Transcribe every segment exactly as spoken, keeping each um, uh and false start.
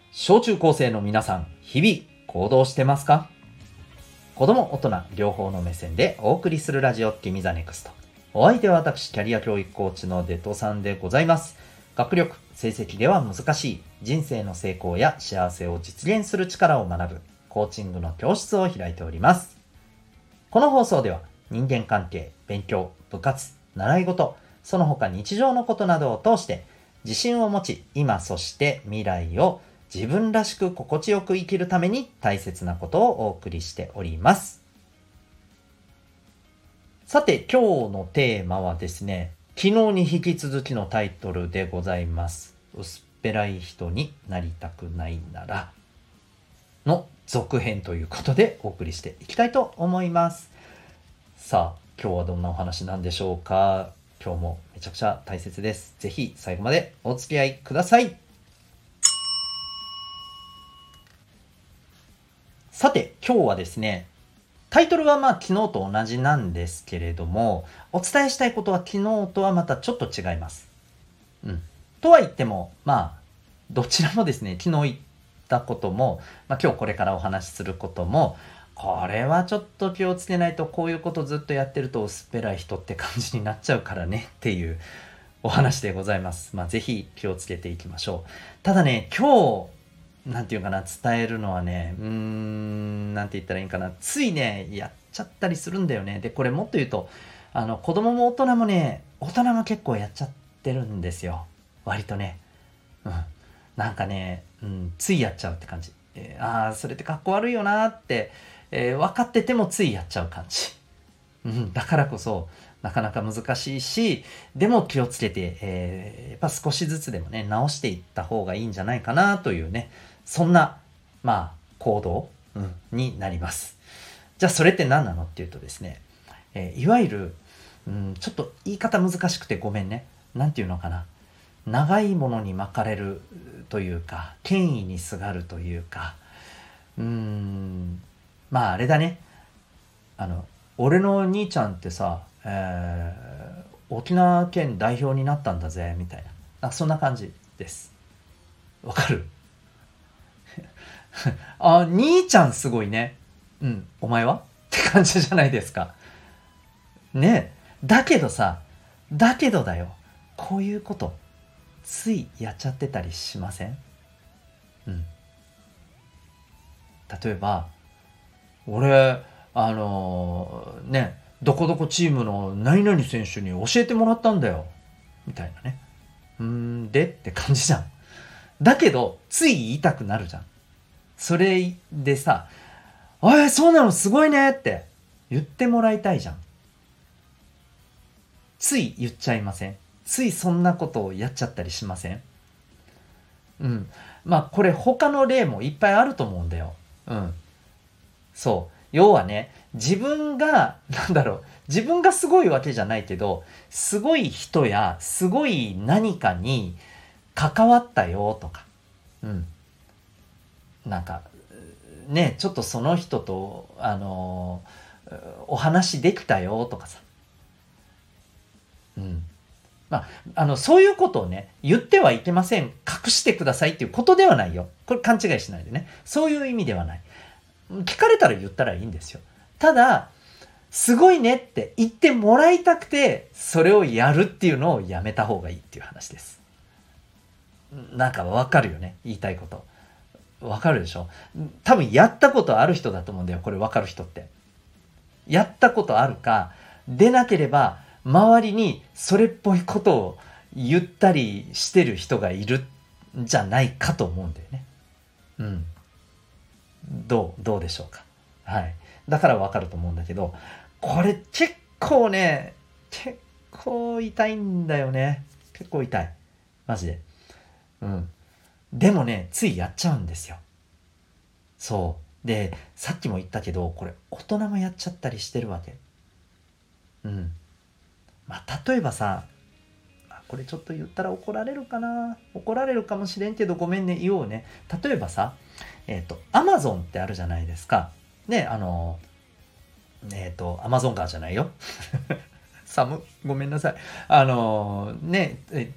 小中高生の皆さん、日々行動してますか？子供、大人、両方の目線でお送りするラジオ、君ザネクスト。お相手は私、キャリア教育コーチのデトさんでございます。学力、成績では難しい、人生の成功や幸せを実現する力を学ぶ、コーチングの教室を開いております。この放送では、人間関係、勉強、部活、習い事、その他日常のことなどを通して、自信を持ち、今そして未来を自分らしく心地よく生きるために大切なことをお送りしております。さて、今日のテーマはですね、昨日に引き続きのタイトルでございます。薄っぺらい人になりたくないならの続編ということでお送りしていきたいと思います。さあ、今日はどんなお話なんでしょうか。今日もめちゃくちゃ大切です。ぜひ最後までお付き合いください。さて、今日はですね、タイトルはまあ昨日と同じなんですけれども、お伝えしたいことは昨日とはまたちょっと違います。うん。とは言っても、まあ、どちらもですね、昨日言ったことも、まあ今日これからお話しすることも、これはちょっと気をつけないと、こういうことずっとやってると薄っぺらい人って感じになっちゃうからねっていうお話でございます。まあぜひ気をつけていきましょう。ただね、今日、なんていうかな、伝えるのはね、うーん、なんて言ったらいいかな、ついね、やっちゃったりするんだよね。で、これもっと言うと、あの、子供も大人もね、大人も結構やっちゃってるんですよ。割とね。うん。なんかね、うん、ついやっちゃうって感じ。えー、ああ、それってかっこ悪いよなって、えー、分かっててもついやっちゃう感じ。うん、だからこそ、なかなか難しいし、でも気をつけて、えー、やっぱ少しずつでもね、直していった方がいいんじゃないかなというね、そんな、まあ、行動、うん、になります。じゃあ、それって何なのっていうとですね、えー、いわゆる、うん、ちょっと言い方難しくてごめんね。なんていうのかな。長いものに巻かれるというか、権威にすがるというか、うーん、まああれだね。あの、俺の兄ちゃんってさ、えー、沖縄県代表になったんだぜ、みたいな。あ、そんな感じです。わかる？あ、兄ちゃんすごいね。うん、お前はって感じじゃないですか。ねえ。だけどさ、だけどだよ。こういうこと、ついやっちゃってたりしません？うん。例えば、俺、あのーね、どこどこチームの何々選手に教えてもらったんだよ。みたいなね。うーん、でって感じじゃん。だけど、つい言いたくなるじゃん。それでさ、おい、そうなのすごいねって言ってもらいたいじゃん。つい言っちゃいません？ついそんなことをやっちゃったりしません？うん。まあ、これ他の例もいっぱいあると思うんだよ。うん。そう。要はね、自分が、なんだろう、自分がすごいわけじゃないけど、すごい人や、すごい何かに関わったよとか、うん。なんか、ね、ちょっとその人と、あのーお話できたよとかさ、うん。まあ、あの、そういうことをね、言ってはいけません。隠してくださいっていうことではないよ。これ勘違いしないでね。そういう意味ではない。聞かれたら言ったらいいんですよ。ただ、すごいねって言ってもらいたくて、それをやるっていうのをやめた方がいいっていう話です。なんかわかるよね、言いたいこと。わかるでしょ？多分やったことある人だと思うんだよ、これわかる人って。やったことあるか、でなければ、周りにそれっぽいことを言ったりしてる人がいるんじゃないかと思うんだよね。うん。どう、どうでしょうか。はい。だからわかると思うんだけど、これ結構ね、結構痛いんだよね。結構痛い。マジで。うん。でもね、ついやっちゃうんですよ。そう。で、さっきも言ったけど、これ大人もやっちゃったりしてるわけ。うん。まあ、例えばさ、これちょっと言ったら怒られるかな、怒られるかもしれんけどごめんね、言おうね。例えばさ、えっと、アマゾンってあるじゃないですか。ね、あの、えっと、アマゾンカーじゃないよ。寒、ごめんなさい。あの、ね、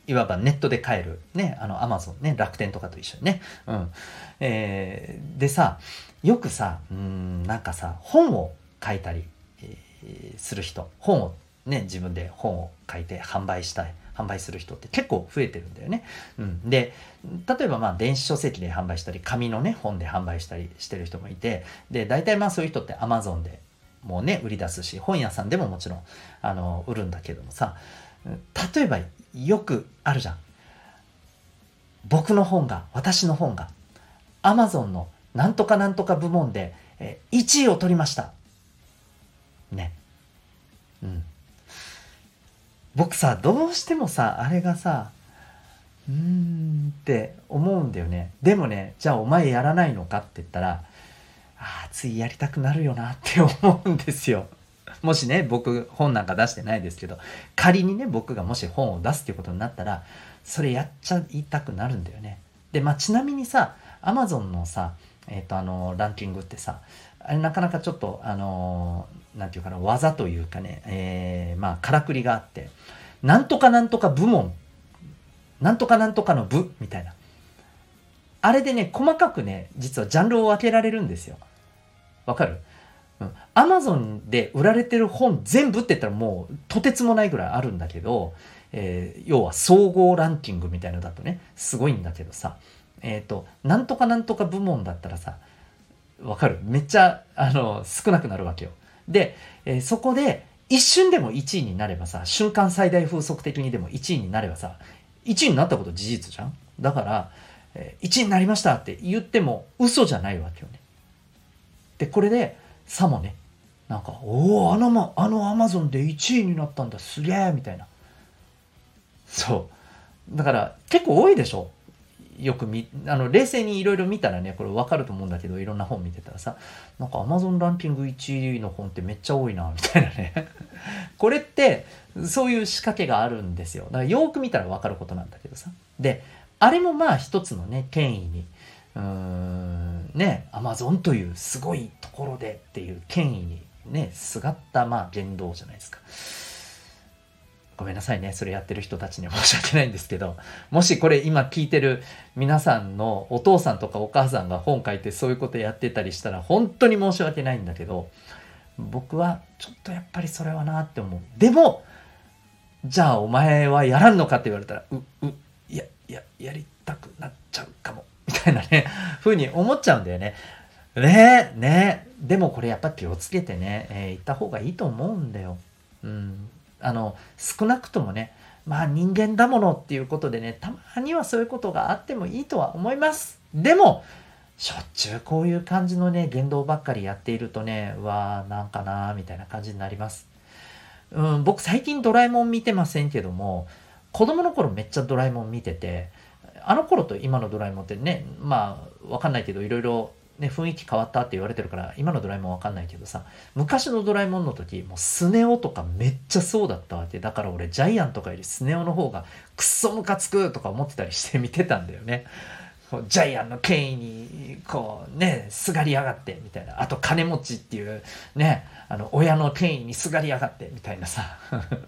いわばネットで買える、ね、あの、アマゾンね、楽天とかと一緒にね。うん。えー、でさ、よくさ、うーん、なんかさ、本を書いたり、えーする人、本をね、自分で本を書いて販売したい、販売する人って結構増えてるんだよね。うん。で、例えばまあ、電子書籍で販売したり、紙のね、本で販売したりしてる人もいて、で、大体まあそういう人ってアマゾンでもうね、売り出すし、本屋さんでももちろん、あの、売るんだけどもさ、例えばよくあるじゃん。僕の本が、私の本が、アマゾンのなんとかなんとか部門で、えー、いちいを取りました。ね。うん。僕さ、どうしてもさ、あれがさ、うーんって思うんだよね。でもね、じゃあお前やらないのかって言ったら、ああ、ついやりたくなるよなって思うんですよ。もしね、僕本なんか出してないですけど、仮にね、僕がもし本を出すっていうことになったら、それやっちゃいたくなるんだよね。で、まあちなみにさ、アマゾンのさ、えっ、とあの、ランキングってさ、あれなかなかちょっと、あのーなんていうかな、技というかね、えー、まあ、からくりがあって、なんとかなんとか部門、なんとかなんとかの部、みたいな。あれでね、細かくね、実はジャンルを分けられるんですよ。わかる？うん。アマゾンで売られてる本全部って言ったらもうとてつもないぐらいあるんだけど、えー要は総合ランキングみたいのだとね、すごいんだけどさ、えっ、と、なんとかなんとか部門だったらさ、わかる？めっちゃ、あの、少なくなるわけよ。で、えーそこで一瞬でもいちいになればさ、瞬間最大風速的にでもいちいになればさ、いちいになったこと事実じゃん。だから、えーいちいになりましたって言っても嘘じゃないわけよね。で、これで、さもね、なんか、おお、あのま、あのアマゾンでいちいになったんだ、すげえみたいな。そう。だから、結構多いでしょ？よくみ、あの、冷静にいろいろ見たらね、これわかると思うんだけど、いろんな本見てたらさ、なんか Amazon ランキングいちいの本ってめっちゃ多いな、みたいなね。これって、そういう仕掛けがあるんですよ。だからよーく見たらわかることなんだけどさ。で、あれもまあ一つのね、権威に、うーん、ね、Amazon というすごいところでっていう権威にね、すがったまあ言動じゃないですか。ごめんなさいね。それやってる人たちには申し訳ないんですけど、もしこれ今聞いてる皆さんのお父さんとかお母さんが本書いてそういうことやってたりしたら本当に申し訳ないんだけど、僕はちょっとやっぱりそれはなって思う。でも、じゃあお前はやらんのかって言われたら、う、う、いや、いや、やりたくなっちゃうかも。みたいなね、ふうに思っちゃうんだよね。ねえ、ねえ。でもこれやっぱ気をつけてね、えー、言った方がいいと思うんだよ。うん。あの、少なくともね、まあ人間だものっていうことでね、たまにはそういうことがあってもいいとは思います。でも、しょっちゅうこういう感じのね、言動ばっかりやっているとね、うわーなんかなーみたいな感じになります。うん、僕最近ドラえもん見てませんけども、子供の頃めっちゃドラえもん見てて、あの頃と今のドラえもんってね、まあ、わかんないけど、いろいろね、雰囲気変わったって言われてるから、今のドラえもんわかんないけどさ、昔のドラえもんの時、もうスネ夫とかめっちゃそうだったわけ。だから俺、ジャイアンとかよりスネ夫の方がくっそムカつくとか思ってたりして見てたんだよね。ジャイアンの権威に、こうね、すがりやがって、みたいな。あと、金持ちっていう、ね、あの、親の権威にすがりやがって、みたいなさ。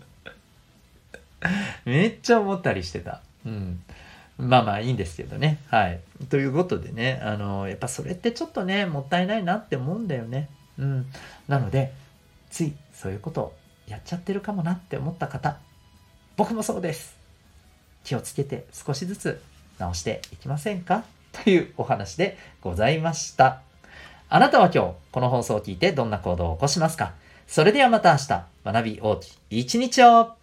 めっちゃ思ったりしてた。うん。まあまあいいんですけどね。はい。ということでね、あの、やっぱそれってちょっとね、もったいないなって思うんだよね。うん。なので、ついそういうことをやっちゃってるかもなって思った方、僕もそうです。気をつけて少しずつ直していきませんかというお話でございました。あなたは今日この放送を聞いてどんな行動を起こしますか？それではまた明日、学び大きい一日を